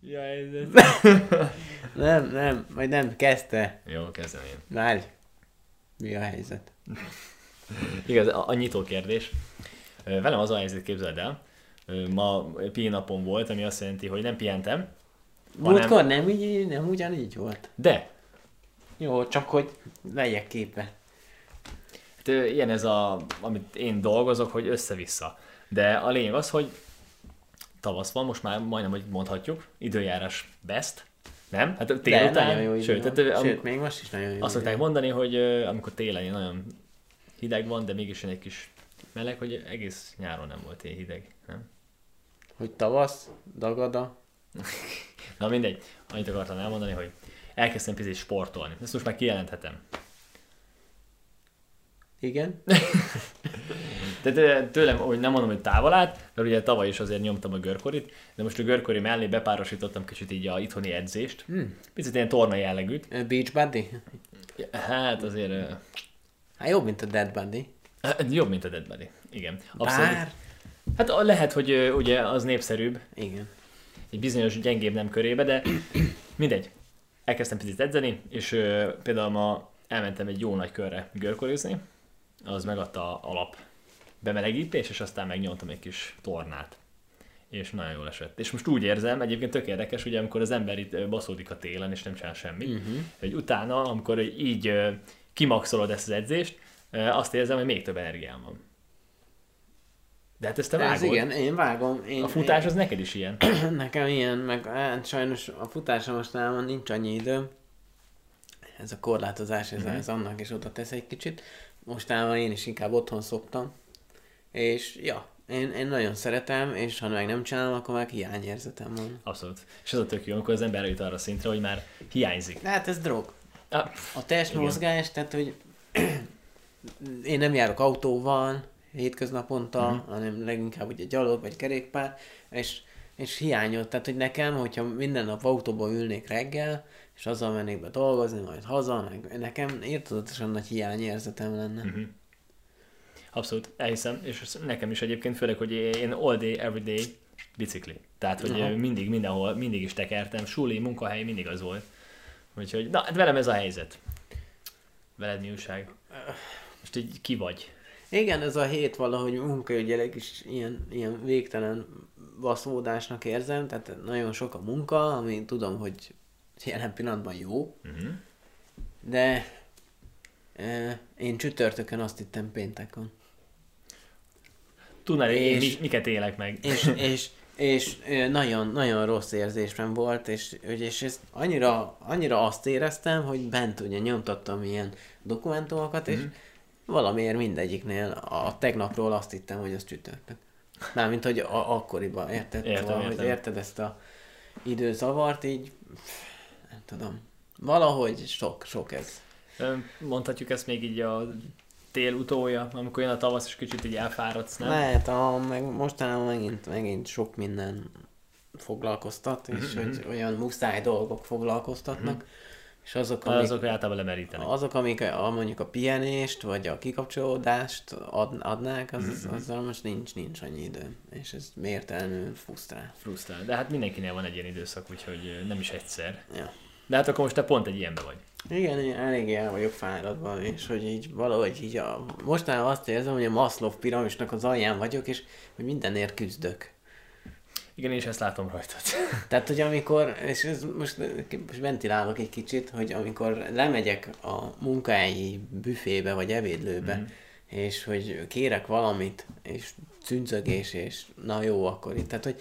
Jaj, Nem, majd nem, kezdte. Jó, kezdem én. Várj. Mi a helyzet? Igaz, a nyitó kérdés. Velem az a helyzet, képzeld el. Ma pihenapom volt, ami azt jelenti, hogy nem pihentem. Múltkor nem ugyanígy volt. De Jó, csak hogy legyek képbe. hát, ilyen ez amit én dolgozok, hogy össze-vissza. De a lényeg az, hogy tavasz van, most már majdnem, hogy mondhatjuk, időjárás best, nem? Hát tél után, jó sőt, még most is nagyon jó. Azt szokták mondani, hogy amikor télen nagyon hideg van, de mégis egy kis meleg, hogy egész nyáron nem volt ilyen hideg, nem? Hogy tavasz, dagada. Na mindegy, annyit akartam elmondani, hogy elkezdtem picit sportolni. Ezt most már kijelenthetem. Igen. Tehát tőlem, hogy nem mondom, hogy távol állt, mert ugye tavaly is azért nyomtam a görkorit, de most a görkori mellé bepárosítottam kicsit így a itthoni edzést. Picit ilyen torna jellegűt. Beach Buddy? Hát azért... Hát jobb, mint a Dead Buddy. Jobb, mint a Dead Buddy. Igen. Bár... Hát lehet, hogy ugye az népszerűbb. Igen. Egy bizonyos gyengébb nem körébe, de mindegy. Elkezdtem picit edzeni, és például ma elmentem egy jó nagy körre görkorizni, az megadta alap bemelegítés, és aztán megnyomtam egy kis tornát. És nagyon jól esett. És most úgy érzem, egyébként tök érdekes, ugye amikor az ember itt baszódik a télen, és nem csinál semmit, hogy utána, amikor így kimaxolod ezt az edzést, azt érzem, hogy még több energiám van. De hát ezt te vágod. Igen, én vágom. A futás az neked is ilyen. Nekem ilyen, meg hát sajnos a futásra mostanában nincs annyi időm. Ez a korlátozás, ez annak is oda tesz egy kicsit. Mostanában én is inkább otthon szoktam. És ja, én nagyon szeretem, és ha meg nem csinálom, akkor meg hiányérzetem van. Abszolút. És ez a tök jó, amikor az ember eljut arra szintre, hogy már hiányzik. Hát ez drog. Ah, A testmozgás, tehát hogy én nem járok autóval hétköznaponta, hanem leginkább ugye gyalog vagy kerékpár, és hiányol. Tehát, hogy nekem, hogyha minden nap autóba ülnék reggel, és azzal mennék be dolgozni, majd haza, meg nekem értedetesen nagy hiányérzetem lenne. Abszolút, elhiszem, és nekem is egyébként, főleg, hogy én all day, every day bicikli. Tehát, hogy mindig, mindenhol, mindig is tekertem, suli, munkahely, mindig az volt. Úgyhogy, na, hát velem ez a helyzet. Veled mi újság? Most így ki vagy? Igen, ez a hét valahogy munkaügyileg is ilyen végtelen baszódásnak érzem, tehát nagyon sok a munka, ami tudom, hogy jelen pillanatban jó, de én csütörtökön azt hittem péntekon. Tudnál, én miket élek meg. És nagyon, nagyon rossz érzésem volt, és ezt annyira azt éreztem, hogy bent ugye nyomtattam ilyen dokumentumokat, és valamiért mindegyiknél a tegnapról azt hittem, hogy az csütörtök. Mármint, hogy akkoriban, érted? Értem. Érted ezt a időzavart, így nem tudom. Valahogy sok ez. Mondhatjuk ezt még így a tél utója, amikor jön a tavasz, és kicsit így elfáradsz, nem? Lehet, meg mostanában megint sok minden foglalkoztat, és hogy olyan muszáj dolgok foglalkoztatnak, és azok általában lemerítenek. Azok, amik mondjuk a pihenést, vagy a kikapcsolódást adnák, azzal most nincs annyi idő, és ez mértelenül frusztrál. De hát mindenkinél van egy ilyen időszak, úgyhogy nem is egyszer. Ja. De hát akkor most te pont egy ilyenbe vagy. Igen, én eléggé el vagyok fáradva, és hogy így valahogy így mostanában azt érzem, hogy a Maslow piramisnak az alján vagyok, és hogy mindenért küzdök. Igen, én is ezt látom rajtad. Tehát, hogy amikor, és ez most ventilálok egy kicsit, hogy amikor lemegyek a munkahelyi büfébe, vagy ebédlőbe, és hogy kérek valamit, és cüncögés, és na jó, akkor itt. Tehát, hogy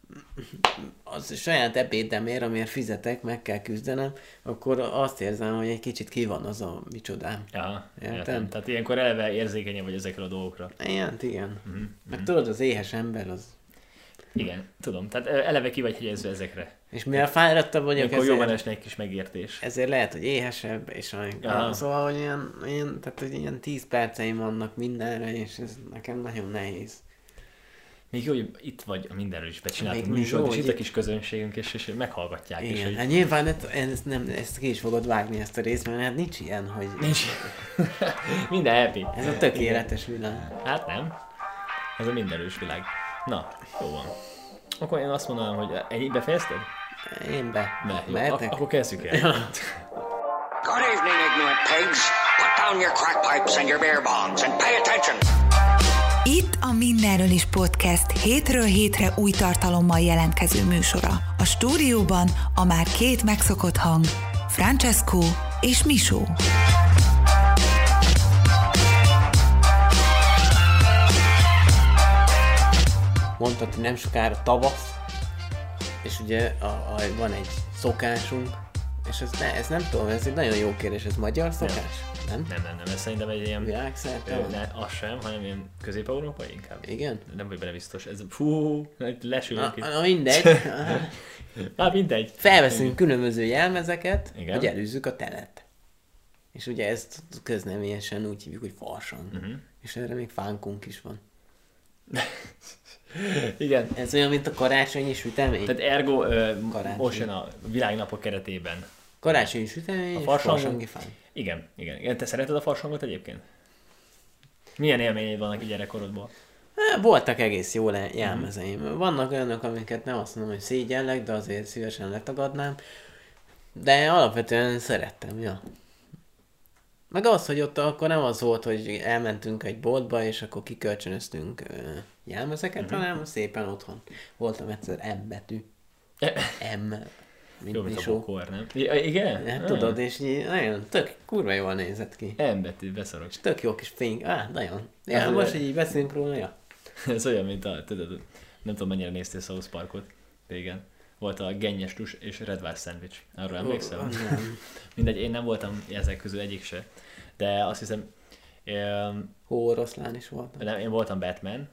az saját ebédemért, amiért fizetek, meg kell küzdenem, akkor azt érzem, hogy egy kicsit ki van az a micsodám. Ja, értem. Tehát ilyenkor eleve érzékenyebb vagy ezekre a dolgokra. Igen. Meg tudod, az éhes ember az... Igen, tudom. Tehát eleve ki vagy hegyezve ezekre. És mivel fáradtabb vagyok, akkor jobban esne egy kis megértés. Ezért lehet, hogy éhesebb, és szóval, hogy tehát, hogy ilyen 10 perceim vannak mindenre, és ez nekem nagyon nehéz. Még jó, hogy itt vagy a mindenről is becsináltunk műsort, és itt a kis közönségünk, és meghallgatják. Igen, is. Hogy... hát nyilván ezt ki is fogod vágni ezt a részt, mert hát nincs ilyen, hogy... Nincs. Minden happy. Ez a tökéletes világ. Hát nem. Ez a mindenős világ. Na, jó van. Akkor én azt mondanám, hogy ennyi befejezted? Én be. Jó, Mehetek? akkor kezdjük el. Good evening, ignorant pigs. Put down your crack pipes and your beer bongs and pay attention. Itt a Mindenről is podcast hétről hétre új tartalommal jelentkező műsora. A stúdióban a már két megszokott hang, Francesco és Misó. Mondtad, hogy nem sokára tavasz, és ugye van egy szokásunk, és ez nem tudom, ez egy nagyon jó kérdés, ez magyar szokás? Nem? Nem, ez szerintem egy ilyen... Világszerte van? Az sem, hanem ilyen közép-európai inkább. Igen? Nem vagy benne biztos. Ez lesülök itt. Na mindegy. Mindegy. Felveszünk különböző jelmezeket, Igen. hogy előzzük a telet. És ugye ezt köznemélyesen úgy hívjuk, hogy farsang. És erre még fánkunk is van. Igen. Ez olyan, mint a karácsonyi sütemény. Tehát ergo Karácsony. most jön a világnapok keretében. Karácsonyi sütemény és farsang- farsangi fánk. Igen. Te szereted a farsangot egyébként? Milyen élményeid vannak így gyerekkorodból? Voltak egész jó jelmezeim. Vannak olyanok, amiket nem azt mondom, hogy szégyellek, de azért szívesen letagadnám. De alapvetően szerettem, ja. Meg az, hogy ott akkor nem az volt, hogy elmentünk egy boltba, és akkor kikölcsönöztünk jelmezeket, hanem szépen otthon. Voltam egyszer M betű. M. Jó, Mint mint a Misó. bokor, nem? Igen? Hát tudod, és így nagyon kurva jól nézett ki. M betű, beszarok. Tök jó kis fény. Nagyon. Ja, Az- most, hogy így beszélünk róla, ja. Ez olyan, mint tudod, nem tudom mennyire néztél South Parkot régen. Volt a gennyes tus és redvász szendvics. Arra emlékszel? Nem. Mindegy, én nem voltam ezek közül egyik se. De azt hiszem, Hóoroszlán is voltam. nem, én voltam Batman,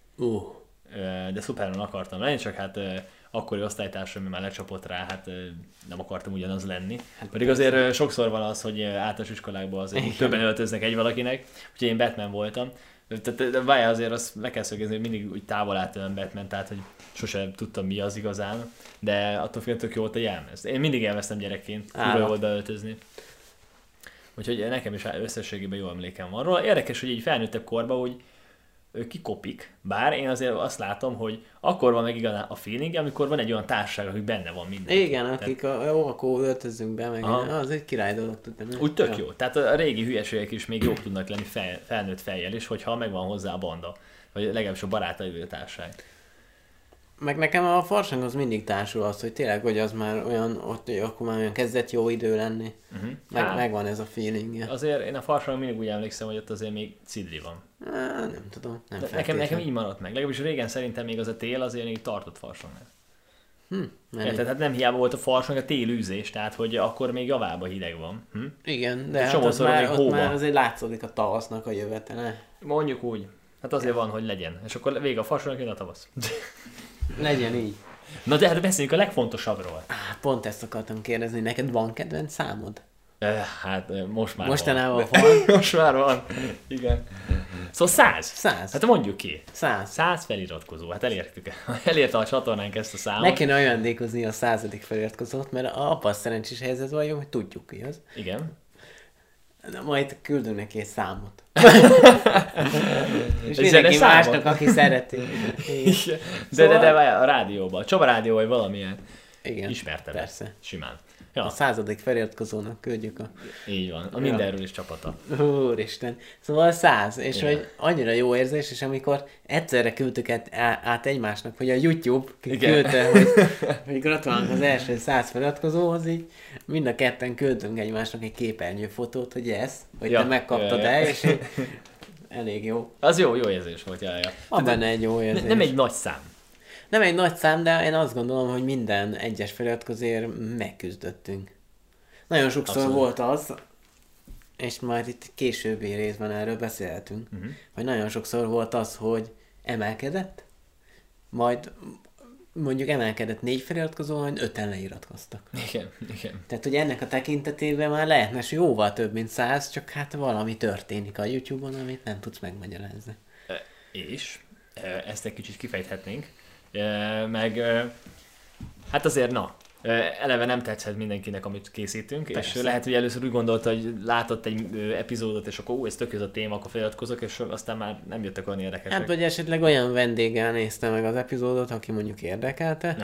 de Superman akartam lenni, csak hát akkori osztálytársam már lecsapott rá, hát nem akartam ugyanaz lenni. Pedig azért sokszor van az, hogy általános iskolákban azért többen öltöznek egy valakinek, úgyhogy én Batman voltam. Tehát várjál, azért azt meg kell szögezni, hogy mindig úgy távol állt olyan Batman, tehát hogy sosem tudtam mi az igazán, de attól függően tök jó volt a jelmez. Én mindig élveztem gyerekként, kurva volt beöltözni. Úgyhogy nekem is összességében jó emlékem van róla. Érdekes, hogy így felnőttebb korban, hogy kikopik, bár én azért azt látom, hogy akkor van meg igazán a feeling, amikor van egy olyan társaság, hogy benne van minden. Igen, akik jó, akkor öltözzünk be, meg az egy király dolog tudtam. Úgy tök jó. Tehát a régi hülyeségek is még jók tudnak lenni felnőtt fejjel is, hogyha megvan hozzá a banda, vagy legalábbis a barátai vagy a társaság. Meg nekem a farsanghoz mindig társul az, hogy tényleg, hogy az már olyan, ott, hogy akkor már olyan kezdett jó idő lenni. Megvan ez a feelingje. Azért én a farsangon mindig úgy emlékszem, hogy ott azért még cidri van. Nem tudom, nem Nekem így maradt meg. Legalábbis régen szerintem még az a tél azért még tartott farsangnál. Tehát nem hiába volt a farsang, a télűzés, tehát hogy akkor még javába hideg van. Igen, de hát csomószor még ott hóban. már azért látszódik a tavasznak a jövetele. Mondjuk úgy. Hát azért van, hogy legyen. És akkor vége a farsangnak, jön a tavasz. Legyen így. Na de hát beszéljünk a legfontosabbról. Pont ezt akartam kérdezni, neked van kedvenc számod? Hát most már Mostanában van. van. Most már van. Igen. Szóval 100. 100. Hát mondjuk ki. 100. 100 feliratkozó. Hát elérte a csatornánk ezt a számot. Meg kéne ajándékozni a 100. feliratkozót, mert apa szerencsés helyzet vagyunk, hogy tudjuk ki az. Igen. Na, majd küldünk neki egy számot. És Egy mindenki zeneszámot? másnak, aki szereti. De a rádióban. A Csaba rádió, vagy valamilyen. Igen, Ismertem. persze. Simán. A Ja, 100. feliratkozónak küldjük a... így van. A mindenről is csapata. Úristen. Szóval 100, és Igen. hogy annyira jó érzés, és amikor egyszerre küldtük át egymásnak, hogy a YouTube Igen. küldte, hogy gratulálunk az első 100 feliratkozóhoz, így mind a ketten küldtünk egymásnak egy képernyőfotót, hogy hogy Ja, te megkaptad ja. el, és így elég jó. Az jó érzés volt, ja. Van benne egy jó érzés. Nem egy nagy szám. Nem egy nagy szám, de én azt gondolom, hogy minden egyes feliratkozóért megküzdöttünk. Nagyon sokszor Abszolút. volt az, és majd itt későbbi részben erről beszélhetünk, hogy nagyon sokszor volt az, hogy emelkedett, majd mondjuk emelkedett 4 feliratkozó, hogy 5-en leiratkoztak. Igen. Tehát, hogy ennek a tekintetében már lehetne jóval több, mint 100, csak hát valami történik a YouTube-on, amit nem tudsz megmagyarázni. És ezt egy kicsit kifejthetnénk, meg hát azért eleve nem tetszett mindenkinek, amit készítünk, Persze. és lehet, hogy először úgy gondolta, hogy látott egy epizódot, és akkor ez tök ez a téma, akkor feliratkozok, és aztán már nem jöttek olyan érdekesek. Hát, vagy esetleg olyan vendéggel nézte meg az epizódot, aki mondjuk érdekelte, Aha.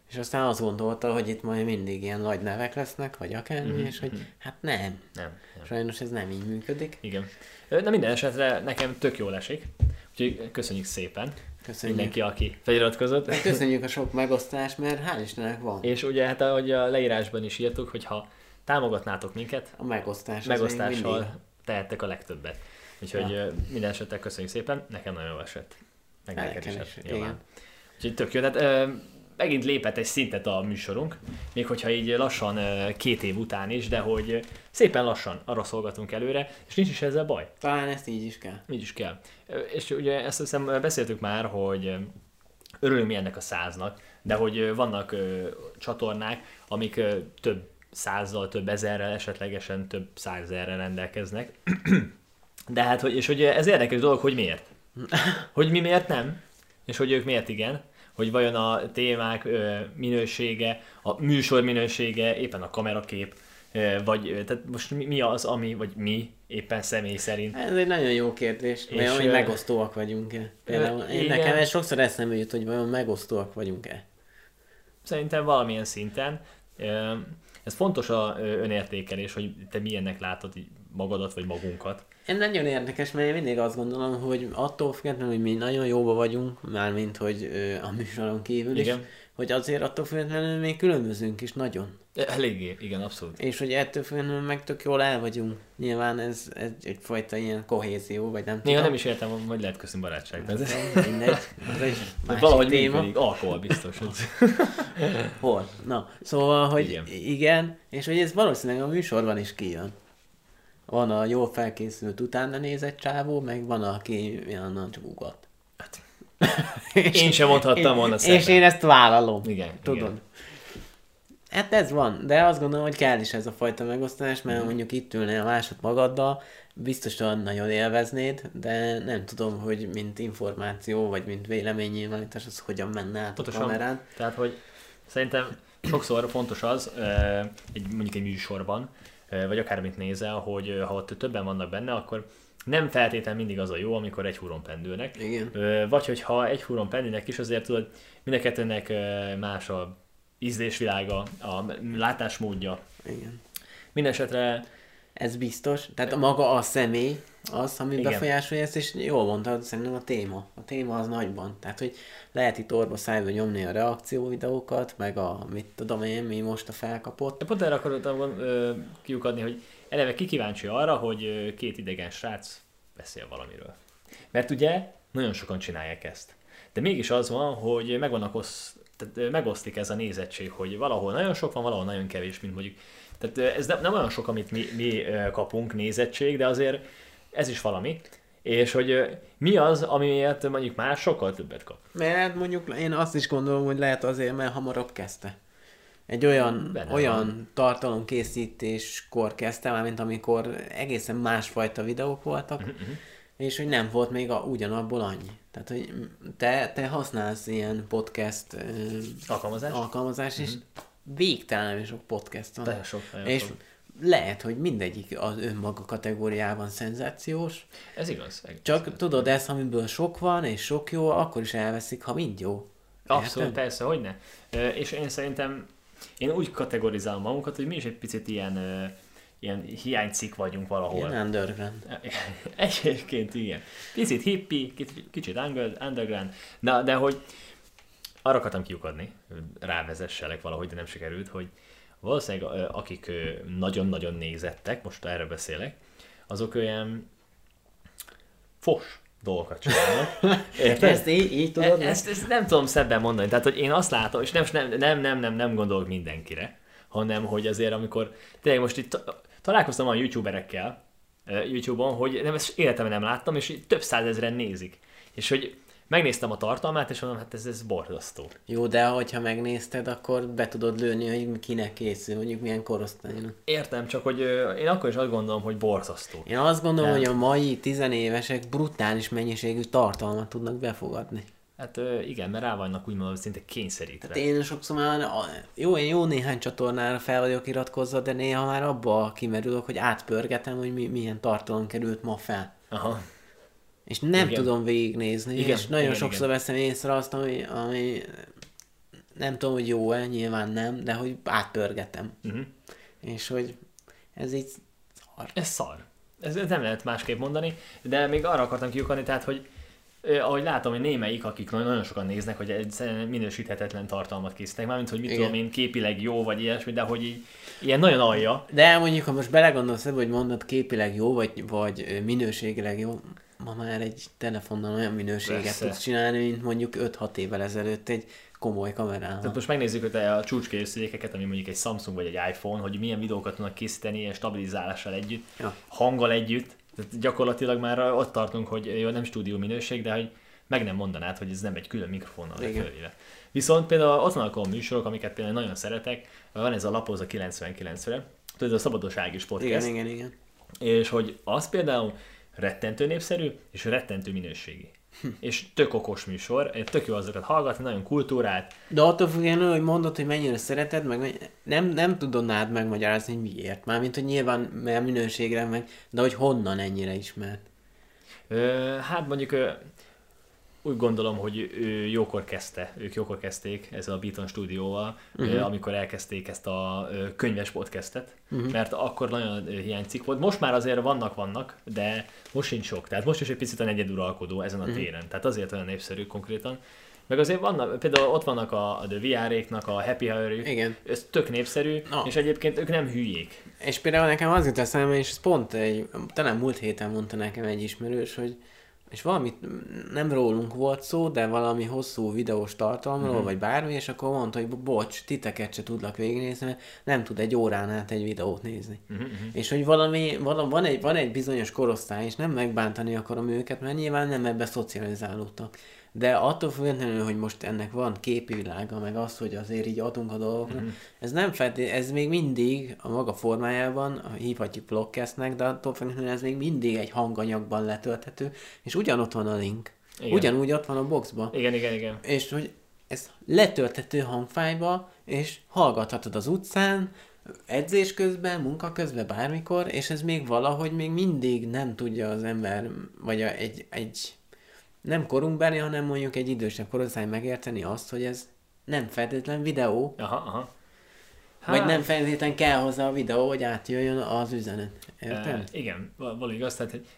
És aztán azt gondolta, hogy itt majd mindig ilyen nagy nevek lesznek, vagy akármi, és hogy hát nem. Nem. Sajnos ez nem így működik. Igen. Na minden esetre nekem tök jól esik. Úgyhogy köszönjük szépen. Köszönjük. Mindenki, aki feliratkozott. Köszönjük a sok megosztást, mert hál' Istennek van. És ugye hát ahogy a leírásban is írtuk, hogyha támogatnátok minket, A megosztás. megosztással tehettek a legtöbbet. Úgyhogy minden esetre köszönjük szépen, nekem nagyon jól esett. Meg neked is, hát, nyilván. Úgyhogy tök jó. Tehát, megint lépett egy szintet a műsorunk, még hogyha így lassan 2 év után is, de hogy szépen lassan arra szolgatunk előre, és nincs is ezzel baj. Talán ezt így is kell. Így is kell. És ugye ezt hiszem beszéltük már, hogy örülünk mi ennek a 100-nak, de hogy vannak csatornák, amik több 100-zal, több 1000-rel, esetlegesen több 100 000-rel rendelkeznek. De hát, és hogy ez érdekes dolog, hogy miért? Hogy mi miért nem? És hogy ők miért igen? Hogy vajon a témák minősége, a műsor minősége, éppen a kamerakép, vagy tehát most mi az, ami, vagy mi éppen személy szerint? Ez egy nagyon jó kérdés, mert hogy megosztóak vagyunk-e. Például nekem ez sokszor eszembe jut, hogy vajon megosztóak vagyunk-e. Szerintem valamilyen szinten. Ez fontos a önértékelés, hogy te milyennek látod magadat, vagy magunkat. Ez nagyon érdekes, mert én mindig azt gondolom, hogy attól függetlenül, hogy mi nagyon jóba vagyunk, mármint hogy a műsoron kívül igen. is, hogy azért attól függetlenül még különbözünk is nagyon. Eléggé, igen, abszolút. És hogy ettől függetlenül meg tök jól el vagyunk. Nyilván ez egyfajta ilyen kohézió, vagy nem tudom. Néha nem is értem, hogy lehet köszönni barátságban. Mindegy, ez egy másik valahogy téma. működik, alkohol biztos. Hol? Na, szóval, hogy igen, és hogy ez valószínűleg a műsorban is kijön. Van a jól felkészült utána nézett csávó, meg van, aki olyan csak ugat. Hát, én sem mondhattam volna szebben. És én ezt vállalom. Igen, tudod. Igen. Hát ez van, de azt gondolom, hogy kell is ez a fajta megosztás, mert mondjuk itt ülnél másod magaddal, biztosan nagyon élveznéd, de nem tudom, hogy mint információ, vagy mint véleménynyilvánítás, az hogyan menne át a kamerán. Tehát, hogy szerintem sokszor fontos az, mondjuk egy műsorban, vagy akármit nézel, hogy ha ott többen vannak benne, akkor nem feltétlenül mindig az a jó, amikor egy húron pendülnek. Igen. Vagy hogyha egy húron pendülnek is, azért tudod, mind a kettőnek más a ízlésvilága, a látásmódja. Igen. Mindenesetre ez biztos. Tehát maga a személy az, ami igen. befolyásolja ezt, és jól mondtad, szerintem a téma. A téma az nagyban. Tehát, hogy lehet itt orba szájba nyomni a reakció videókat, meg a, mit tudom én, mi most a felkapott. Pont erre akartam kiukadni, hogy eleve ki kíváncsi arra, hogy 2 idegen srác beszél valamiről. Mert ugye nagyon sokan csinálják ezt. De mégis az van, hogy tehát megosztik ez a nézettség, hogy valahol nagyon sok van, valahol nagyon kevés, mint mondjuk. Tehát ez nem olyan sok, amit mi kapunk nézettség, de azért ez is valami. És hogy mi az, amiért mondjuk más sokkal többet kap. Mert mondjuk én azt is gondolom, hogy lehet azért, mert hamarabb kezdte. Egy olyan tartalomkészítéskor kezdte, mármint amikor egészen másfajta videók voltak, és hogy nem volt még ugyanabból annyi. Tehát, hogy te használsz ilyen podcast alkalmazás is, végtelenül sok podcast van. És sok. Lehet, hogy mindegyik az önmaga kategóriában szenzációs. Ez igaz. Csak tudod, ez, amiből sok van, és sok jó, akkor is elveszik, ha mind jó. Abszolút, persze, hogyne. És én szerintem, én úgy kategorizálom magunkat, hogy mi is egy picit ilyen hiánycikk vagyunk valahol. Ilyen underground. Egyébként igen. Picit hippie, kicsit underground, de hogy arra akartam kiukadni, rávezesselek valahogy, de nem sikerült, hogy valószínűleg akik nagyon-nagyon nézettek, most erről beszélek, azok olyan fos dolgokat csinálnak. Érted? Ezt így tudod? Ezt nem tudom szebben mondani. Tehát, hogy én azt látom, és nem gondolok mindenkire, hanem, hogy azért amikor tényleg most itt találkoztam olyan youtuberekkel YouTube-on, hogy ezt életemben nem láttam, és több 100 000-en nézik. És hogy megnéztem a tartalmát, és mondom, hát ez borzasztó. Jó, de hogyha megnézted, akkor be tudod lőni, hogy kinek készül, mondjuk milyen korosztálynak. Értem, csak hogy én akkor is azt gondolom, hogy borzasztó. Én azt gondolom, hogy a mai 10 évesek brutális mennyiségű tartalmat tudnak befogadni. Hát igen, mert rá vannak úgymond szinte kényszerítve. Hát én sokszor már, jó néhány csatornára fel vagyok iratkozva, de néha már abba kimerülök, hogy átpörgetem, hogy milyen tartalom került ma fel. Aha. És nem tudom végignézni, igen, és nagyon igen, sokszor veszem észre azt, ami nem tudom, hogy jó-e, nyilván nem, de hogy átpörgetem. És hogy ez így szar. Ez szar. Ez nem lehet másképp mondani, de még arra akartam kiukadni, tehát, hogy ahogy látom, hogy némelyik, akik nagyon sokan néznek, hogy egyszerűen minősíthetetlen tartalmat készítenek, mármint, hogy mit tudom én, képileg jó, vagy ilyesmi, de hogy így, ilyen nagyon alja. De mondjuk, ha most belegondolsz ebbe, hogy mondod képileg jó, vagy minőségileg jó, ma már egy telefonnal olyan minőséget tudsz csinálni, mint mondjuk 5-6 évvel ezelőtt egy komoly kamerával. Tehát most megnézzük hogy a csúcskészülékeket, ami mondjuk egy Samsung vagy egy iPhone, hogy milyen videókat tudnak készíteni ilyen stabilizálással együtt, hanggal együtt. Tehát gyakorlatilag már ott tartunk, hogy jó, nem stúdió minőség, de hogy meg nem mondanád, hogy ez nem egy külön mikrofonnal fölvéve. Viszont például ott vannak a műsorok, amiket például nagyon szeretek, van ez a Lapóza 99-re, tudod, ez a Szabados Ágis podcast. Igen. És hogy az például rettentő népszerű, és rettentő minőségi. És tök okos műsor, tök jó azokat hallgatni, nagyon kultúrát. De attól függően, hogy mondod, hogy mennyire szereted, meg nem tudod megmagyarázni, hogy miért. Mármint, hogy nyilván mert minőségre meg, de hogy honnan ennyire ismert. Hát mondjuk úgy gondolom, hogy ők jókor kezdték ezzel a Beaton stúdióval, amikor elkezdték ezt a könyves podcastet, mert akkor nagyon hiánycikk volt. Most már azért vannak, de most sincs sok. Tehát most is egy picit a negyeduralkodó ezen a téren. Tehát azért olyan népszerű konkrétan. Meg azért vannak, például ott vannak a The VR-éknak, a Happy Hour-ük, ez tök népszerű, és egyébként ők nem hülyék. És például nekem az jut eszembe, és ez pont talán múlt héten mondta nekem egy ismerős, hogy és valamit nem rólunk volt szó, de valami hosszú videós tartalomról, vagy bármi, és akkor mondta, hogy bocs, titeket se tudlak végignézni, mert nem tud egy órán át egy videót nézni. És hogy van egy bizonyos korosztály, és nem megbántani akarom őket, mert nyilván nem ebbe szocializálódtak. De attól függetlenül, hogy most ennek van képi világa, meg az, hogy azért így adunk a dolgokra, ez nem ez még mindig a maga formájában, hívhatjuk blogcastnek, de attól függetlenül ez még mindig egy hanganyagban letölthető, és ugyanott van a link. Igen. Ugyanúgy ott van a boxba. Igen. És hogy ez letölthető hangfájba, és hallgathatod az utcán, edzés közben, munka közben, bármikor, és ez még valahogy még mindig nem tudja az ember, vagy egy nem korunkbeli, hanem mondjuk egy idősebb korosztály megérteni azt, hogy ez nem feltétlen videó. Aha. Vagy nem feltétlen kell hozzá a videó, hogy átjöjjön az üzenet. Érted? Igen, valami igaz, tehát hogy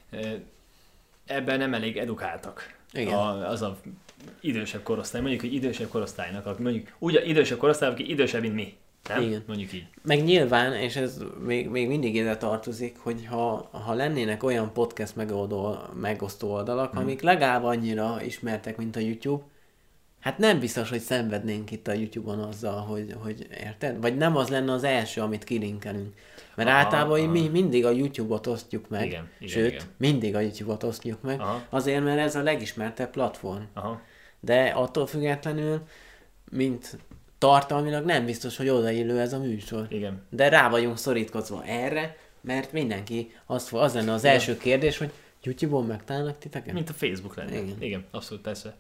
ebben nem elég edukáltak. Igen. Az a idősebb korosztály, mondjuk, hogy idősebb korosztálynak, mondjuk úgy idősebb korosztály, aki idősebb, mint mi. Nem? Igen. Mondjuk így. Meg nyilván, és ez még mindig ide tartozik, hogy ha lennének olyan podcast megosztó oldalak, amik legalább annyira ismertek, mint a YouTube, hát nem biztos, hogy szenvednénk itt a YouTube-on azzal, hogy érted? Vagy nem az lenne az első, amit kilinkelünk. Mert általában mi mindig a YouTube-ot osztjuk meg. Igen. Mindig a YouTube-ot osztjuk meg. Azért, mert ez a legismertebb platform. De attól függetlenül, mint tartalmilag nem biztos, hogy odaillő ez a műsor. Igen. De rá vagyunk szorítkozva erre, mert mindenki az lenne az első kérdés, hogy YouTube-on megtalálnak titeket? Mint a Facebook lenne. Igen, abszolút persze.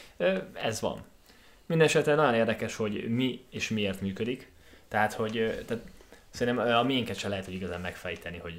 Ez van. Mindenesetre nagyon érdekes, hogy mi és miért működik. Tehát szerintem a miénket se lehet, hogy igazán megfejteni, hogy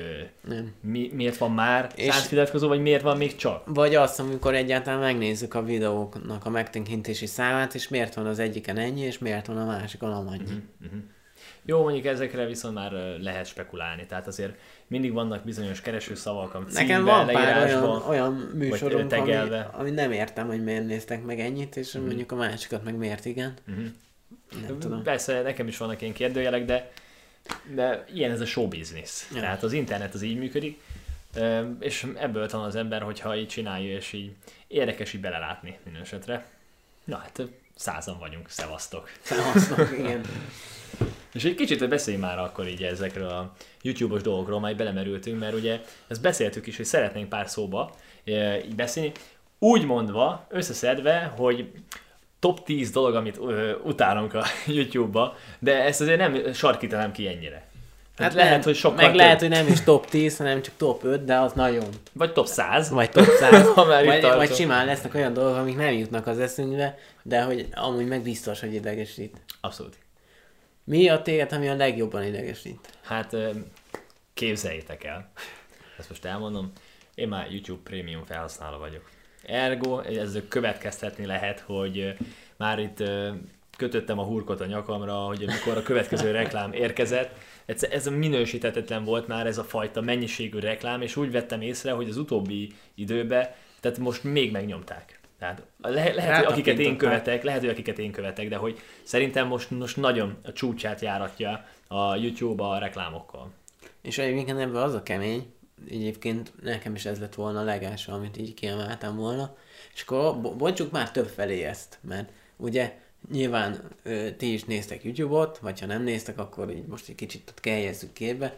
miért van már 100 feliratkozó, vagy miért van még csak. Vagy azt, amikor egyáltalán megnézzük a videóknak a megtekintési számát, és miért van az egyiken ennyi, és miért van a másikon amannyi. Jó, mondjuk ezekre viszont már lehet spekulálni, tehát azért mindig vannak bizonyos keresőszavak, amit nekem van pár olyan műsorunk, ami nem értem, hogy miért néztek meg ennyit, és mondjuk a másikat meg miért igen. Nem tudom. Persze, nekem is vannak ilyen kérdőjelek, de ilyen ez a show business. Ja. Tehát az internet az így működik, és ebből tanul az ember, hogyha így csinálja, és így érdekes így belelátni minden esetre. Na hát 100-an vagyunk, szevasztok. Szevasztok, igen. És egy kicsit beszéljünk már akkor így ezekről a YouTube-os dolgokról, majd belemerültünk, mert ugye ezt beszéltük is, hogy szeretnénk pár szóba így beszélni, úgy mondva, összeszedve, hogy top 10 dolog, amit utálunk a YouTube-ba, de ezt azért nem sarkítanám ki ennyire. Hát lehet, hogy sokkal meg lehet, hogy nem is top 10, hanem csak top 5, de az nagyon. Vagy top 100. Vagy top 100. vagy simán lesznek olyan dolgok, amik nem jutnak az eszünkbe, de hogy amúgy meg biztos, hogy idegesít. Abszolút. Mi a téged, ami a legjobban idegesít? Hát képzeljétek el. Ezt most elmondom. Én már YouTube Premium felhasználó vagyok. Ergo, ezzel következtetni lehet, hogy már itt kötöttem a hurkot a nyakamra, hogy amikor a következő reklám érkezett, ez a minősíthetetlen volt már ez a fajta mennyiségű reklám, és úgy vettem észre, hogy az utóbbi időben, tehát most még megnyomták. Tehát lehet, hogy akiket én követek, de hogy szerintem most nagyon a csúcsát járatja a YouTube a reklámokkal. És egyébként ebben az a kemény, egyébként nekem is ez lett volna a legelső, amit így kiemeltem volna, és akkor bontsuk már több felé ezt, mert ugye nyilván ti is néztek YouTube-ot, vagy ha nem néztek, akkor így most egy kicsit ott helyezzük képbe.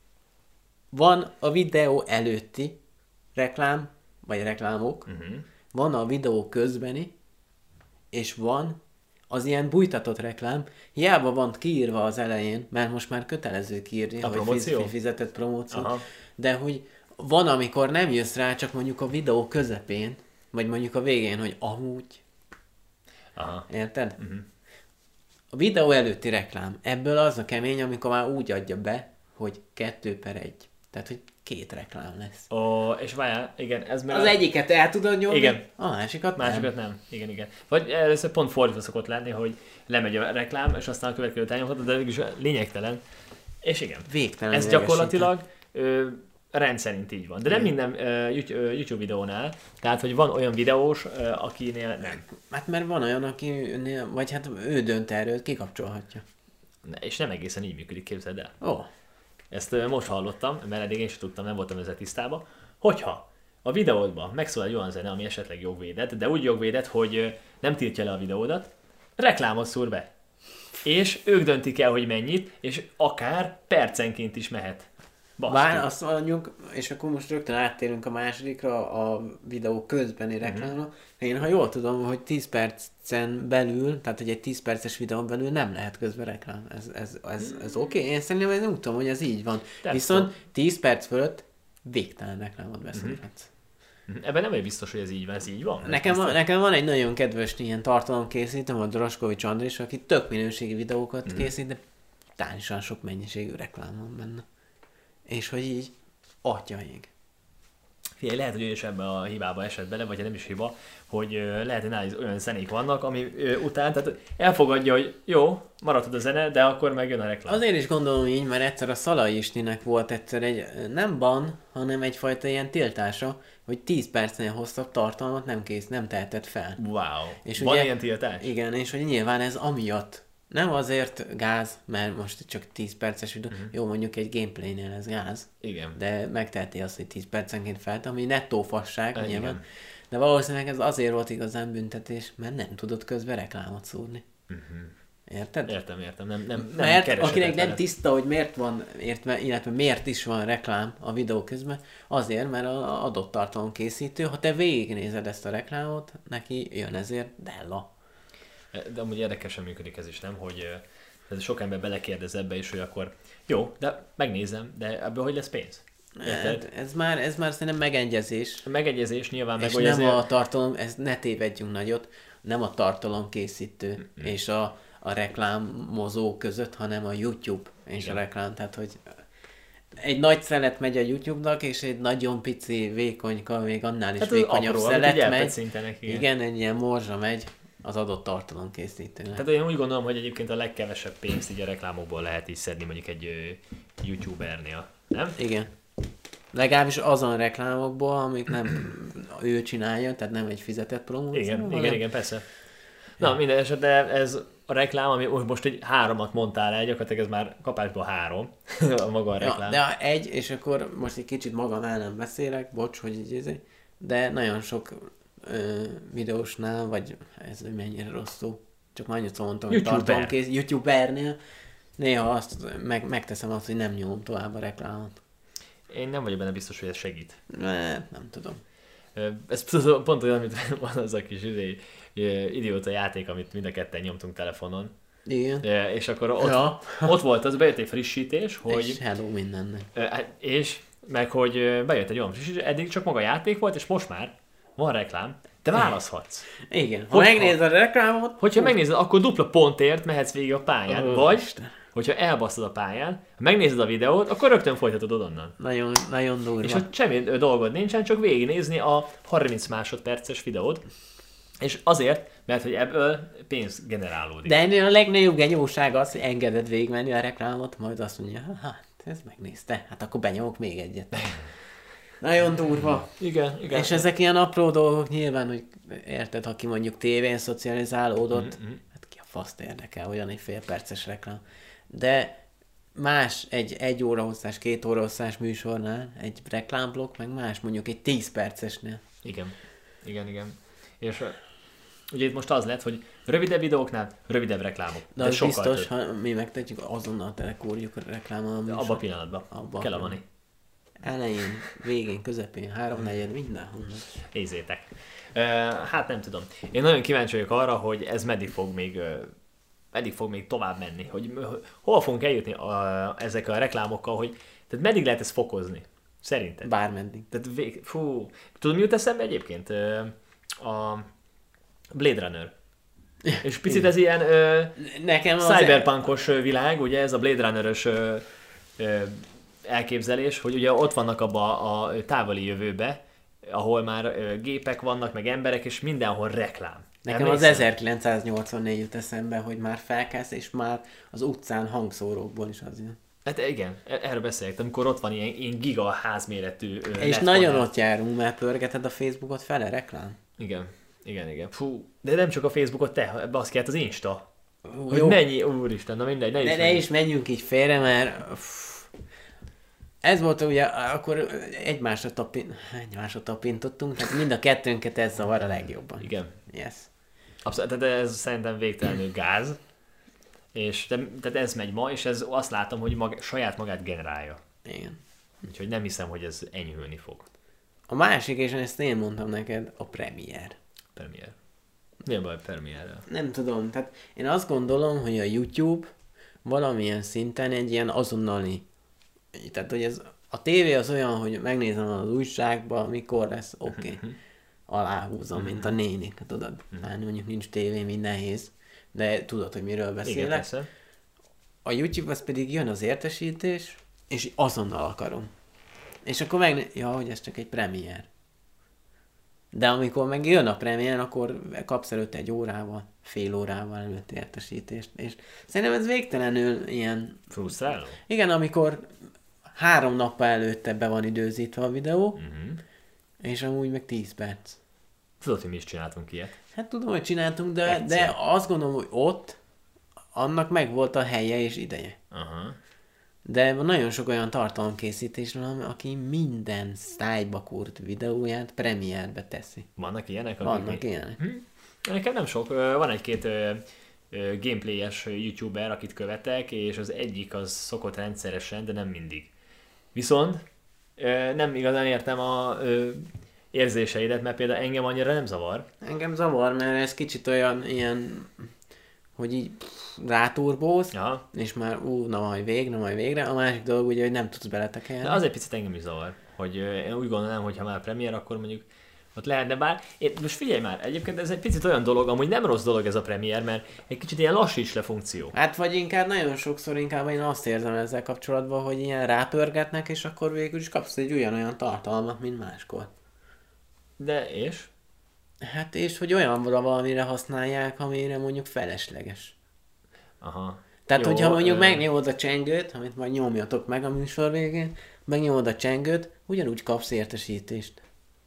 Van a videó előtti reklám, vagy reklámok, van a videó közbeni, és van az ilyen bújtatott reklám. Hiába van kiírva az elején, mert most már kötelező kiírni, hogy fizetett promóció, de hogy van, amikor nem jössz rá, csak mondjuk a videó közepén, vagy mondjuk a végén, hogy amúgy. Aha. Érted? A videó előtti reklám. Ebből az a kemény, amikor már úgy adja be, hogy 2/1. Tehát, hogy 2 reklám lesz. És várjál, igen, ez meg... Az egyiket el tudod nyomni, igen. A másikat nem. Igen. Vagy először pont fordítva szokott lenni, hogy lemegy a reklám, és aztán a következőt elnyomhatod, de mégis lényegtelen. És igen. Végtelen. Ez gyakorlatilag rendszerint így van. De nem minden YouTube videónál, tehát, hogy van olyan videós, akinél nem. Hát mert van olyan, akinél, vagy hát ő dönt erről, kikapcsolhatja. És nem egészen így működik, képzeld el. Ó. Ezt most hallottam, mert eddig én sem tudtam, nem voltam ezzel tisztában, hogyha a videódban megszól egy olyan zene, ami esetleg jogvédett, de úgy jogvédett, hogy nem tiltja le a videódat, reklámot szúr be. És ők döntik el, hogy mennyit, és akár percenként is mehet. Bár azt mondjuk, és akkor most rögtön áttérünk a másodikra, a videó közbeni reklámra. Én ha jól tudom, hogy 10 percen belül, tehát egy 10 perces videón belül nem lehet közben reklám. Ez oké? Én szerintem nem tudom, hogy ez így van. Viszont 10 perc fölött végtelen reklámot beszélhetsz. Ebben nem vagy biztos, hogy ez így van. Ez így van? Nekem van egy nagyon kedves ilyen tartalomkészítőm, a Draskovics Andris, aki tök minőségi videókat készít, de tálisan sok mennyiségű reklám van benne. És hogy így, atyaig. Figyelj, lehet, hogy ő is ebbe a hibába esett bele, vagy nem is hiba, hogy lehet, hogy nála olyan zenék vannak, ami után, tehát elfogadja, hogy jó, maradhat a zene, de akkor megjön a reklám. Azért is gondolom így, mert egyszer a Szalai Istinek volt egyszer egy, nem ban, hanem egyfajta ilyen tiltása, hogy 10 percnél hosszabb tartalmat nem tehetett fel. Wow. És van ugye, ilyen tiltás? Igen, és hogy nyilván ez amiatt. Nem azért gáz, mert most csak 10 perces videó, jó, mondjuk egy gameplaynél ez gáz. Igen. De megteheti azt, hogy 10 percenként felt, ami nettó fasság, nyilván. De valószínűleg ez azért volt igazán büntetés, mert nem tudott közben reklámot szúrni. Érted? Értem. Nem mert akinek nem tiszta, hogy miért van, illetve miért is van reklám a videó közben, azért, mert az adott tartalomkészítő, ha te végignézed ezt a reklámot, neki jön ezért Della. De amúgy érdekesen működik ez is, nem? Hogy sok ember belekérdez ebbe is, hogy akkor jó, de megnézem, de ebből hogy lesz pénz? Ez már szerintem megegyezés. Megegyezés nyilván meg, és nem azért... a tartalom, ne tévedjünk nagyot, nem a tartalom készítő és a reklámozó között, hanem a YouTube és a reklám. Tehát, hogy egy nagy szelet megy a YouTube-nak, és egy nagyon pici, vékonyka, még annál is vékonyabb szelet megy. Igen, egy ilyen morzsa megy az adott tartalomkészítőnek. Tehát én úgy gondolom, hogy egyébként a legkevesebb pénzt így a reklámokból lehet így szedni mondjuk egy YouTubernél, nem? Igen. Legalábbis azon reklámokból, amik nem ő csinálja, tehát nem egy fizetett promóció. Igen, persze. Na, minden esetben ez a reklám, ami most egy 3-at mondtál el, gyakorlatilag ez már kapásból 3 a maga a reklám. Ja, de egy, és akkor most egy kicsit magam ellen beszélek, bocs, hogy így, de nagyon sok videósnál, vagy ez mennyire rosszul, csak már annyit mondtam, hogy tartalomkész, YouTubernél, néha azt megteszem azt, hogy nem nyomom tovább a reklámot. Én nem vagyok benne biztos, hogy ez segít. Nem tudom. Ez pont olyan, mint van az a kis idióta játék, amit mind a ketten nyomtunk telefonon. Igen. És akkor ott volt az, bejött egy frissítés, hogy... És hello mindennek. És meg, hogy bejött egy olyan frissítés, eddig csak maga játék volt, és most már van reklám, te választhatsz. Igen. Ha megnézed a reklámot... Hogyha megnézed, akkor dupla pontért mehetsz végig a pályán, vagy hogyha elbasztod a pályán, ha megnézed a videót, akkor rögtön folytatod onnan. Nagyon, nagyon durva. És hogy semmi dolgod nincsen, csak végignézni a 30 másodperces videót. És azért, mert hogy ebből pénz generálódik. De ennél a legnagyobb genyóság az, hogy engeded végigmenni a reklámot, majd azt mondja, hát ez megnézte, hát akkor benyomok még egyet. Nagyon durva. Igen. És ezek ilyen apró dolgok nyilván, hogy érted, aki mondjuk tévén szocializálódott, hát ki a faszt érdekel, olyan egy fél perces reklám. De más egy óra hosszás, 2 óra hosszás műsornál, egy reklámblokk, meg más mondjuk egy 10 percesnél. Igen. És ugye itt most az lett, hogy rövidebb videóknál rövidebb reklámok. De az sokkal biztos, több. ha mi megtetjük, azonnal telekúrjuk a reklámmal a műsor. Abban a pillanatban. Kell a money. Elején, végén, közepén, 3/4, mindenhol. Nézzétek. Hát nem tudom. Én nagyon kíváncsi vagyok arra, hogy ez meddig fog még tovább menni. Hogy hol fogunk eljutni ezek a reklámokkal, hogy tehát meddig lehet ezt fokozni? Szerinted? Bármeddig. Tehát tudod, mi jut eszembe egyébként? A Blade Runner. És picit ez ilyen Nekem az cyberpunkos világ, ugye ez a Blade Runner-ös elképzelés, hogy ugye ott vannak abba a távoli jövőbe, ahol már gépek vannak, meg emberek, és mindenhol reklám. Nekem az 1984 jut eszembe, hogy már felkelsz, és már az utcán hangszórókból is az jön. Hát igen, erről beszélek, amikor ott van ilyen giga házméretű És nagyon ott járunk, mert pörgeted a Facebookot fele reklám. Igen. Fú, de nem csak a Facebookot, baszki, hát az Insta. Hogy Jó. mennyi, úristen, na mindegy, Ne is menjünk így félre, mert ez volt ugye, akkor egymásra tapintottunk, tehát mind a kettőnket ez zavar a legjobban. Igen. Yes. Abszolút, tehát ez szerintem végtelenül gáz. És tehát ez megy ma, és ez azt látom, hogy saját magát generálja. Igen. Úgyhogy nem hiszem, hogy ez enyhülni fog. A másik, és ezt én mondtam neked, a Premiere. Premiere. Mi a baj Premiere-rel? Nem tudom, tehát én azt gondolom, hogy a YouTube valamilyen szinten egy ilyen azonnali, tehát hogy ez, a tévé az olyan, hogy megnézem az újságban, mikor lesz, oké. Aláhúzom, mint a nénik, tudod. Hát mondjuk nincs tévé, mind nehéz, de tudod, hogy miről Igen, beszélek. persze. A YouTube az pedig jön az értesítés, és azonnal akarom. És akkor hogy ez csak egy Premiere. De amikor meg jön a Premiere, akkor kapsz előtt 1 órával, fél órával előtt értesítést. És szerintem ez végtelenül ilyen... Frusztráló? Igen, amikor 3 nappal előtte be van időzítve a videó, és amúgy meg 10 perc. Tudod, hogy mi is csináltunk ilyet? Hát tudom, hogy csináltunk, de azt gondolom, hogy ott annak meg volt a helye és ideje. Aha. De nagyon sok olyan tartalomkészítés van, aki minden szájba kurt videóját Premiere-be teszi. Vannak ilyenek? Vannak ilyenek. Nekem nem sok. Van egy-két gameplayes youtuber, akit követek, és az egyik az szokott rendszeresen, de nem mindig. Viszont nem igazán értem a érzéseidet, mert például engem annyira nem zavar. Engem zavar, mert ez kicsit olyan ilyen, hogy így ráturbóz, és már na majd végre. A másik dolog ugye, hogy nem tudsz beletekelni. De az egy picit engem is zavar, hogy én úgy gondolom, hogy ha már Premiere, akkor mondjuk ott lehetne bár. Most figyelj már, egyébként ez egy picit olyan dolog, amúgy nem rossz dolog ez a Premiere, mert egy kicsit ilyen lassíts le funkció. Hát vagy inkább nagyon sokszor én azt érzem ezzel kapcsolatban, hogy ilyen rápörgetnek, és akkor végül is kapsz egy ugyanolyan tartalmat, mint máskor. De és? Hát és hogy olyan valamire használják, amire mondjuk felesleges. Aha. Tehát, hogyha mondjuk megnyomod a csengőt, amit majd nyomjatok meg a műsor végén, megnyomod a csengőt, ugyanúgy kapsz értesítést.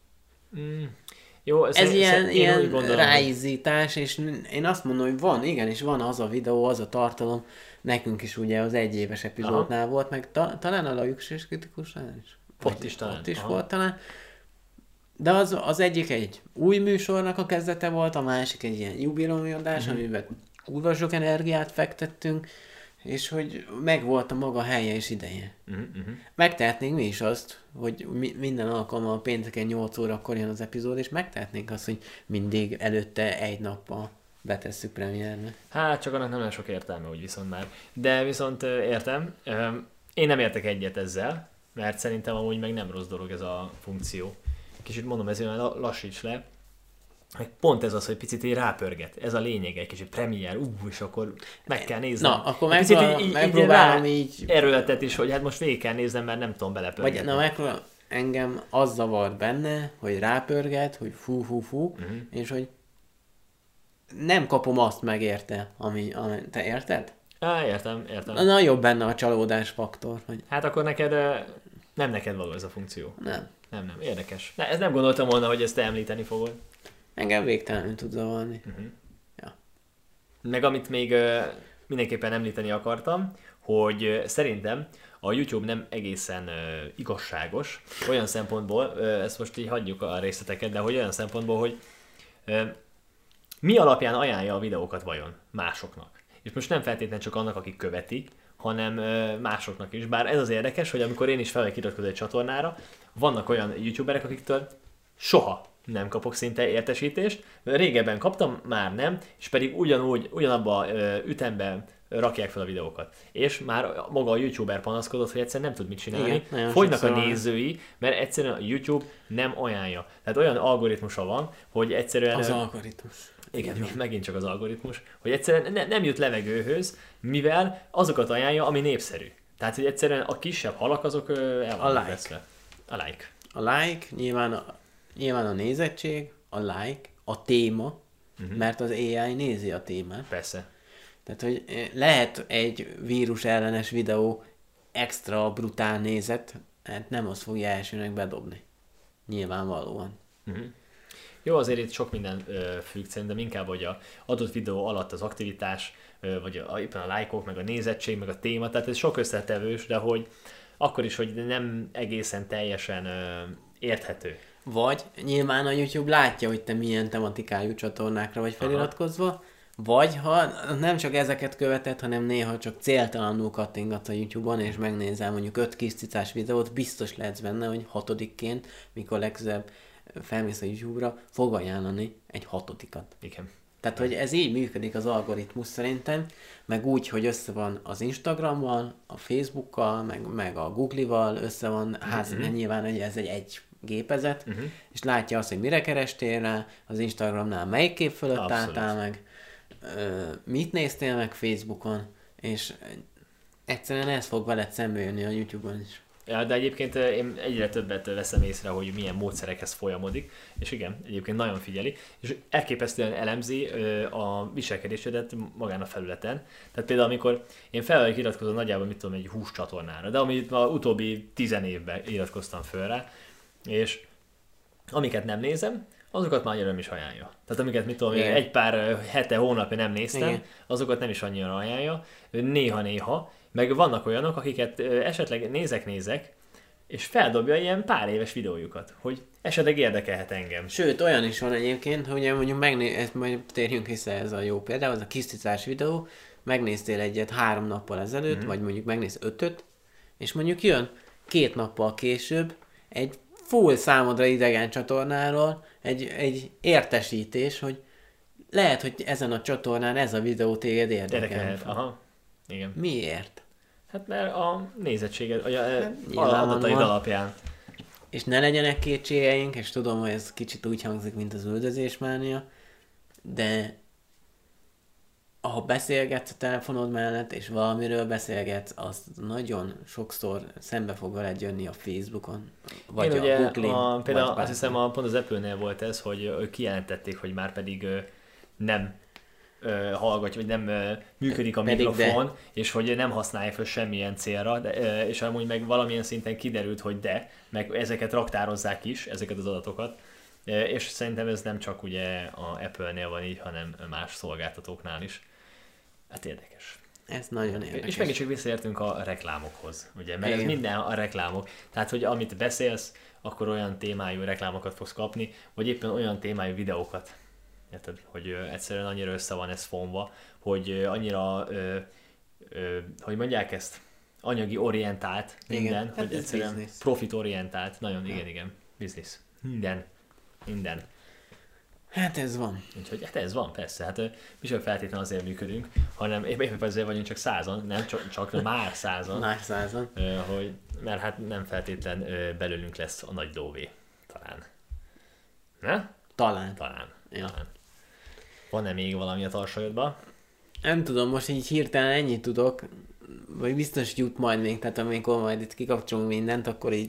Jó, ez ilyen ráizzítás, és én azt mondom, hogy van, igenis van az a videó, az a tartalom, nekünk is ugye az 1 éves epizódnál volt, meg talán a Lajuks és Kritikusnál is. Ott is talán. Ott is volt talán. De az egyik egy új műsornak a kezdete volt, a másik egy ilyen jubileumadás, amiben kurva sok energiát fektettünk, és hogy megvolt a maga helye és ideje. Megtehetnénk mi is azt, hogy minden alkalommal pénteken 8 órakor jön az epizód, és megtehetnénk azt, hogy mindig előtte 1 nappal betesszük Premiere-re. Hát csak annak nem olyan sok értelme, úgy viszont már. De viszont értem. Én nem értek egyet ezzel, mert szerintem amúgy meg nem rossz dolog ez a funkció. Kicsit mondom, ez olyan lassíts le. Pont ez az, hogy picit így rápörget. Ez a lényeg, egy kicsit Premiere, és akkor meg kell néznem. Na, akkor megpróbálom így... Erőltet is, hogy hát most végig kell néznem, mert nem tudom belepörgetni. Vagy, engem az zavar benne, hogy rápörget, hogy fú, és hogy nem kapom azt meg érte, ami te érted? Értem. Na, jobb benne a csalódás faktor. Hogy... Hát akkor neked, nem neked való ez a funkció. Nem. Nem, érdekes. Ez nem gondoltam volna, hogy ezt te említeni fogod. Engem végtelenül tud zavarni. Ja. Meg amit még mindenképpen említeni akartam, hogy szerintem a YouTube nem egészen igazságos, olyan szempontból, ezt most így hagyjuk a részleteket, de hogy olyan szempontból, hogy mi alapján ajánlja a videókat vajon másoknak. És most nem feltétlenül csak annak, akik követik, hanem másoknak is. Bár ez az érdekes, hogy amikor én is fel vagyok iratkozva egy csatornára, vannak olyan youtuberek, akiktől soha nem kapok szinte értesítést. Régebben kaptam, már nem, és pedig ugyanabba ütemben rakják fel a videókat. És már maga a youtuber panaszkodott, hogy egyszerűen nem tud mit csinálni. Igen, fogynak a nézői, mert egyszerűen a YouTube nem ajánlja. Tehát olyan algoritmusa van, hogy egyszerűen... Az algoritmus. Igen, megint csak az algoritmus, hogy egyszerűen nem jut levegőhöz, mivel azokat ajánlja, ami népszerű. Tehát, hogy egyszerűen a kisebb halak azok el vannak veszve. A like. A like, nyilván a nézettség, a like, a téma, mert az AI nézi a témát. Persze. Tehát, hogy lehet egy vírus ellenes videó extra brutál nézet, hát nem azt fogja elsőnek bedobni. Nyilvánvalóan. Jó, azért itt sok minden függ, szerintem inkább, hogy az adott videó alatt az aktivitás, vagy éppen a lájkok, meg a nézettség, meg a téma, tehát ez sok összetevős, de hogy akkor is, hogy nem egészen teljesen érthető. Vagy nyilván a YouTube látja, hogy te milyen tematikájú csatornákra vagy feliratkozva, vagy ha nem csak ezeket követed, hanem néha csak céltalanul kattingatsz a YouTube-on, és megnézel mondjuk 5 kis cicás videót, biztos lehetsz benne, hogy 6-ként, mikor legközelebb felmész a YouTube-ra, fog ajánlani egy 6-at. Igen. Tehát, hogy ez így működik az algoritmus szerintem, meg úgy, hogy össze van az Instagrammal, a Facebookkal, meg a Google-val, össze van, nyilván ez egy gépezet, és látja azt, hogy mire kerestél rá, az Instagramnál melyik kép fölött álltál meg, mit néztél meg Facebookon, és egyszerűen ez fog veled szembe jönni a YouTube-on is. Ja, de egyébként én egyre többet veszem észre, hogy milyen módszerekhez folyamodik, és igen, egyébként nagyon figyeli, és elképesztően elemzi a viselkedésedet magán a felületen. Tehát például amikor én fel vagyok iratkozva nagyjából, mit tudom, egy húscsatornára, de amit az utóbbi 10 évben iratkoztam föl rá, és amiket nem nézem, azokat már annyira nem is ajánlja. Tehát amiket, mit tudom, egy pár hete, hónapja nem néztem, azokat nem is annyira ajánlja, néha-néha, meg vannak olyanok, akiket esetleg nézek, és feldobja ilyen pár éves videójukat, hogy esetleg érdekelhet engem. Sőt, olyan is van egyébként, hogy mondjuk majd térjünk vissza, ez a jó példa, az a kis cicás videó, megnéztél egyet 3 nappal ezelőtt, vagy mondjuk megnéz 5-öt, és mondjuk jön 2 nappal később egy full számodra idegen csatornáról egy értesítés, hogy lehet, hogy ezen a csatornán ez a videó téged érdekelhet. Aha, igen. Miért? Hát mert a nézettséged, a adataid alapján. És ne legyenek kétségeink, és tudom, hogy ez kicsit úgy hangzik, mint az üldözésmánia, de ha beszélgetsz a telefonod mellett, és valamiről beszélgetsz, az nagyon sokszor szembe fog veled jönni a Facebookon, vagy én a ugye Google-in. Például azt hiszem, pont az Apple-nél volt ez, hogy kijelentették, hogy már pedig nem hallgatja, vagy nem működik a mikrofon, és hogy nem használja fel semmilyen célra, és amúgy meg valamilyen szinten kiderült, hogy meg ezeket raktározzák is, ezeket az adatokat, és szerintem ez nem csak ugye a Apple-nél van így, hanem más szolgáltatóknál is. Hát érdekes. Ez nagyon érdekes. És megint csak visszaértünk a reklámokhoz, ugye, mert ez minden a reklámok. Tehát, hogy amit beszélsz, akkor olyan témájú reklámokat fogsz kapni, vagy éppen olyan témájú videókat. Érted? Hogy egyszerűen annyira össze van ez fonva, hogy annyira, hogy mondják ezt, anyagi orientált minden, igen, hogy egyszerűen business. Profit orientált, nagyon igen, business. Minden. Hát ez van. Úgyhogy hát ez van, persze. Hát mi sem feltétlenül azért működünk, hanem éppen azért vagyunk csak 100-an, nem csak már 100-an. Már 100-an. Mert hát nem feltétlen belőlünk lesz a nagy lóvé. Talán. Ne? Talán. Ja. Talán. Van-e még valami a tarsajodban? Nem tudom, most így hirtelen ennyit tudok, vagy biztos jut majd még, tehát amikor majd itt kikapcsolunk mindent, akkor így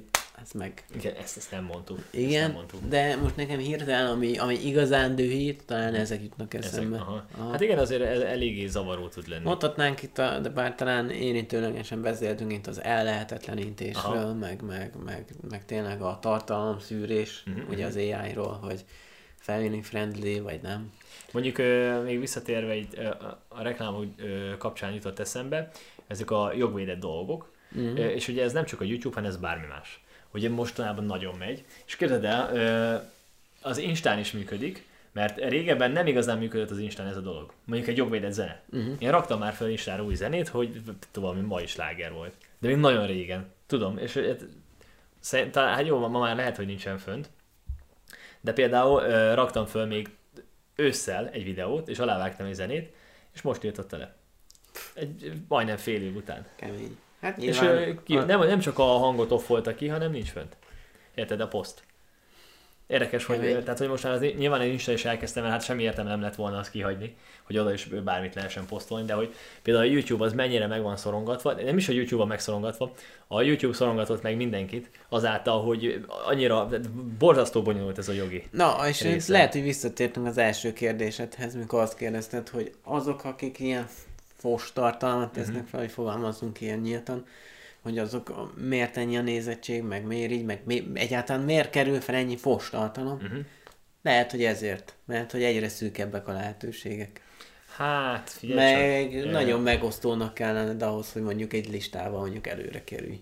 ez meg. Igen, ezt nem mondtuk. Igen, nem mondtuk. de most nekem hirtelen, ami igazán dühít, talán ezek jutnak eszembe. Aha. Hát igen, azért ez eléggé zavaró tud lenni. Mondhatnánk itt, de bár talán érintőlegesen beszéltünk itt az ellehetetlenítésről, meg tényleg a tartalomszűrés, ugye az AI-ról, hogy family friendly, vagy nem. Mondjuk még visszatérve itt, a reklámok kapcsán jutott eszembe, ezek a jogvédett dolgok, és ugye ez nem csak a YouTube, hanem ez bármi más. Ugye mostanában nagyon megy, és képzeld el, az Instán is működik, mert régebben nem igazán működött az Instán ez a dolog. Mondjuk egy jogvédett zene. Én raktam már fel Instára új zenét, hogy valami mai sláger volt. De még nagyon régen. Tudom, és hát jó, ma már lehet, hogy nincsen fönt. De például raktam föl még ősszel egy videót, és alávágtam egy zenét, és most tiltotta le. Majdnem fél év után. Kemény. Hát És nyilván... nem csak a hangot offolta ki, hanem nincs fönt. Érted, a poszt. Érdekes, hogy, tehát, hogy most már nyilván én Insta is elkezdtem, mert hát semmi értelme nem lett volna azt kihagyni, hogy oda is bármit lehessen posztolni, de hogy például a YouTube az mennyire meg van szorongatva, nem is a YouTube van megszorongatva, a YouTube szorongatott meg mindenkit azáltal, hogy annyira borzasztó bonyolult ez a jogi. Na, és része. lehet, hogy visszatértünk az első kérdésedhez, mikor azt kérdezted, hogy azok, akik ilyen fos tartalmat tesznek fel, hogy fogalmazzunk ilyen nyíltan, hogy azok miért ennyi a nézettség, meg miért így, meg egyáltalán miért kerül fel ennyi fos tartalom. Lehet, hogy ezért, mert hogy egyre szűkebbek a lehetőségek. Hát, figyelj meg nagyon megosztónak kellene, de ahhoz, hogy mondjuk egy listával mondjuk előre kerülj.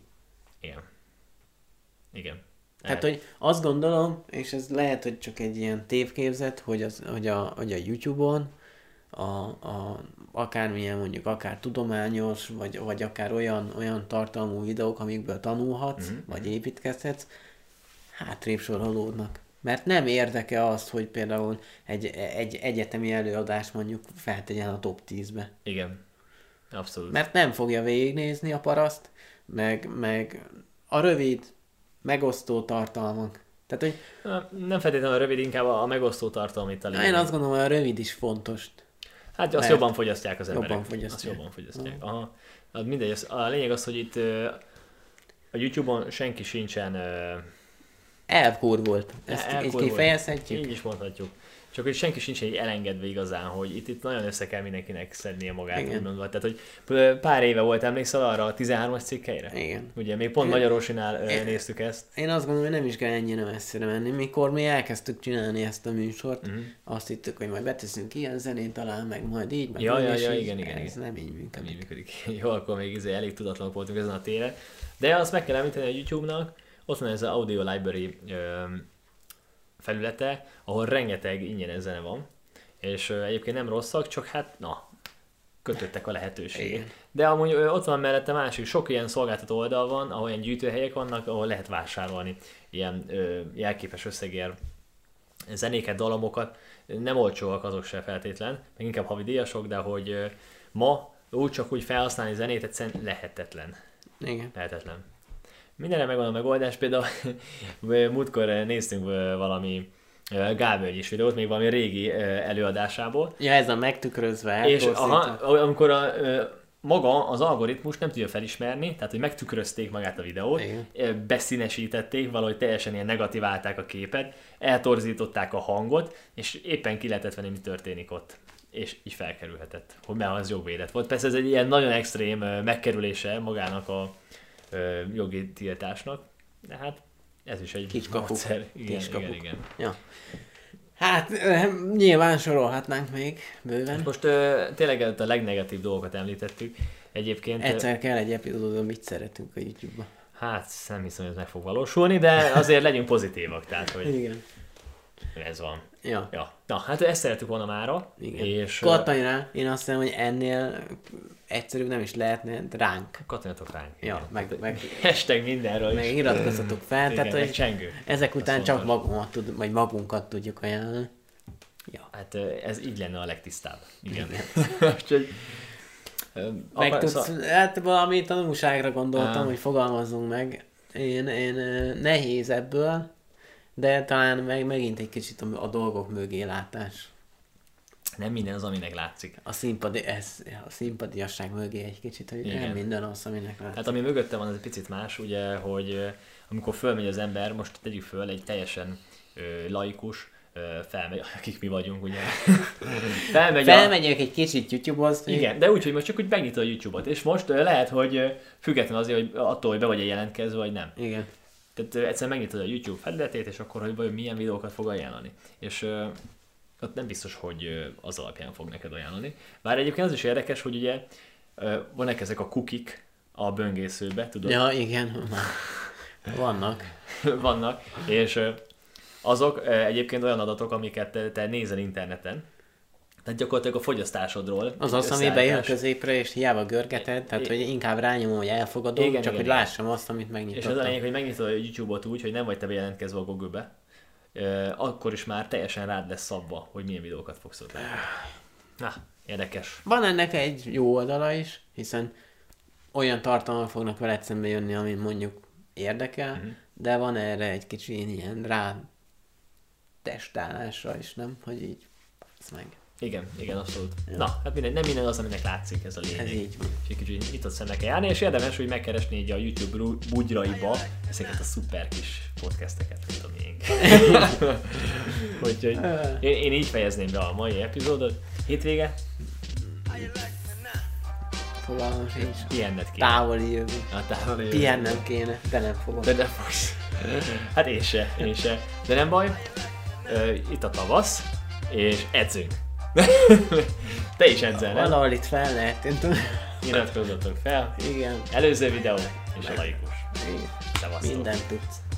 Igen. Hát, hogy azt gondolom, és ez lehet, hogy csak egy ilyen tévképzet, hogy a YouTube-on akármilyen mondjuk, akár tudományos, vagy akár olyan tartalmú videók, amikből tanulhatsz, vagy építkezhetsz, hátrébb sorolódnak. Mert nem érdeke azt, hogy például egy egyetemi előadás mondjuk feltegyen a top 10-be. Igen, abszolút. Mert nem fogja végignézni a paraszt, meg a rövid, megosztó tartalmak. Tehát, hogy... Nem feltétlenül a rövid, inkább a megosztó tartalom itt a lényeg. Én azt gondolom, hogy a rövid is fontos. Hát azt jobban fogyasztják az emberek. Azt jobban fogyasztják. Aha. Az mindegy, a lényeg az, hogy itt a YouTube-on senki sincsen... Elkurvult. Ezt így kifejezhetjük? Így is mondhatjuk. Csak hogy senki sincs egy elengedve igazán, hogy itt nagyon össze kell mindenkinek szednie magát. Úgymond. Tehát, hogy pár éve volt, emlékszel arra a 13-as cikkeire? Igen. Ugye még pont Magyarorsinál néztük ezt. Én azt gondolom, hogy nem is kell ennyire messzire menni. Mikor mi elkezdtük csinálni ezt a műsort, azt hittük, hogy majd beteszünk ilyen zenét talán, meg majd így, meg igen. Ez nem így működik. Nem így működik. Jó, akkor még elég tudatlanok voltunk ezen a téren. De azt meg kell említeni a YouTube-nak, ott van ez az Audio Library felülete, ahol rengeteg ingyenes zene van, és egyébként nem rosszak, csak hát kötöttek a lehetőségek. De amúgy ott van mellette másik, sok ilyen szolgáltató oldal van, ahol ilyen gyűjtőhelyek vannak, ahol lehet vásárolni ilyen jelképes összegért zenéket, dalamokat. Nem olcsóak azok se feltétlen, meg inkább havidíjasok, de hogy ma csak úgy felhasználni zenét egyszerűen lehetetlen. Igen. Lehetetlen. Mindenre megvan a megoldás, például múltkor néztünk valami Gálvölgyis videót, még valami régi előadásából. Ja, ez a megtükrözve. És amikor maga az algoritmus nem tudja felismerni, tehát hogy megtükrözték magát a videót, beszínesítették, valahogy teljesen ilyen negativálták a képet, eltorzították a hangot, és éppen ki lehetett venni, mi történik ott. És így felkerülhetett, hogy már az jogvédett volt. Persze ez egy ilyen nagyon extrém megkerülése magának a jogi tiltásnak, de hát ez is egy módszer. Igen. Ja. Hát nyilván sorolhatnánk még bőven. Most tényleg a legnegatív dolgokat említettük. Egyébként... Egyszer kell egy epizódon, mit szeretünk a YouTube-ba. Hát nem hiszem, hogy ez meg fog valósulni, de azért legyünk pozitívak, tehát hogy igen. Ez van. Ja. Na, hát ezt szerettük volna mára. Igen. És kattanj rá, én azt hiszem, hogy ennél egyszerűbb nem is lehetne, ránk. Kattanjatok ránk. Ja, meg hashtag mindenről. Meg iratkozzatok fel, igen, tehát hogy csengő. Ezek után csak magunkat tudjuk ajánlani. Ja. Hát ez így lenne a legtisztább. Igen. Meg tudsz, hát valami tanulságra gondoltam, hogy fogalmazzunk meg. Én nehéz ebből, de talán megint egy kicsit a dolgok mögé látás. Nem minden az, aminek látszik. A szimpatiasság mögé egy kicsit, hogy Igen. nem minden az, aminek látszik. Hát ami mögötte van, az egy picit más, ugye, hogy amikor fölmegy az ember, most tegyük föl egy teljesen laikus, felmegy, akik mi vagyunk, ugye. Felmegyek egy kicsit YouTube-ozni. Igen, de úgy, hogy most csak úgy megnyitod a YouTube-ot, és most lehet, hogy független azért, hogy attól, hogy be vagy jelentkezve, vagy nem. Igen. Tehát egyszerűen megnyitod a YouTube felületét, és akkor, hogy vajon milyen videókat fog ajánlani. És ott nem biztos, hogy az alapján fog neked ajánlani. Bár egyébként az is érdekes, hogy ugye vannak ezek a cookik a böngészőbe, tudod? Ja, igen, vannak. Vannak, és azok egyébként olyan adatok, amiket te nézel interneten, tehát gyakorlatilag a fogyasztásodról. Az az, ami bejön középre, és hiába görgeted, tehát hogy inkább rányomom, hogy elfogadom, igen, csak igen, hogy igen. lássam azt, amit megnyitottam. És az a lényeg, hogy megnyitod a YouTube-ot úgy, hogy nem vagy te bejelentkezve a Google-be, akkor is már teljesen rád lesz szabva, hogy milyen videókat fogsz ott látni. Na, érdekes. Van ennek egy jó oldala is, hiszen olyan tartalmak fognak veled szembe jönni, ami mondjuk érdekel, de van erre egy kicsi ilyen rá testálásra is, nem? Hogy így, ez meg. Igen, abszolút. Ja. Na, hát nem minden az, aminek látszik, ez a lényeg. Ez így van. És egy kicsit nyitott szemmel kell járni, és érdemes, hogy megkeresni így a YouTube bugyraiba ezeket a szuper kis podcasteket, mint a miénk. Úgyhogy én így fejezném be a mai epizódot. Hétvége? Fogalmam sincs. Pihenned kéne. Távoli jövő. Távoli jövő. Pihennem kéne, de nem fogom. De nem fogsz. Hát én se. De nem baj. Itt a tavasz, és edzünk. Te is edzel, nem? Valahol itt fel lehet, én tudom. Iratkozzatok fel. Igen. Előző videó és a laikus. Igen. Szevasztok. Mindent tudsz.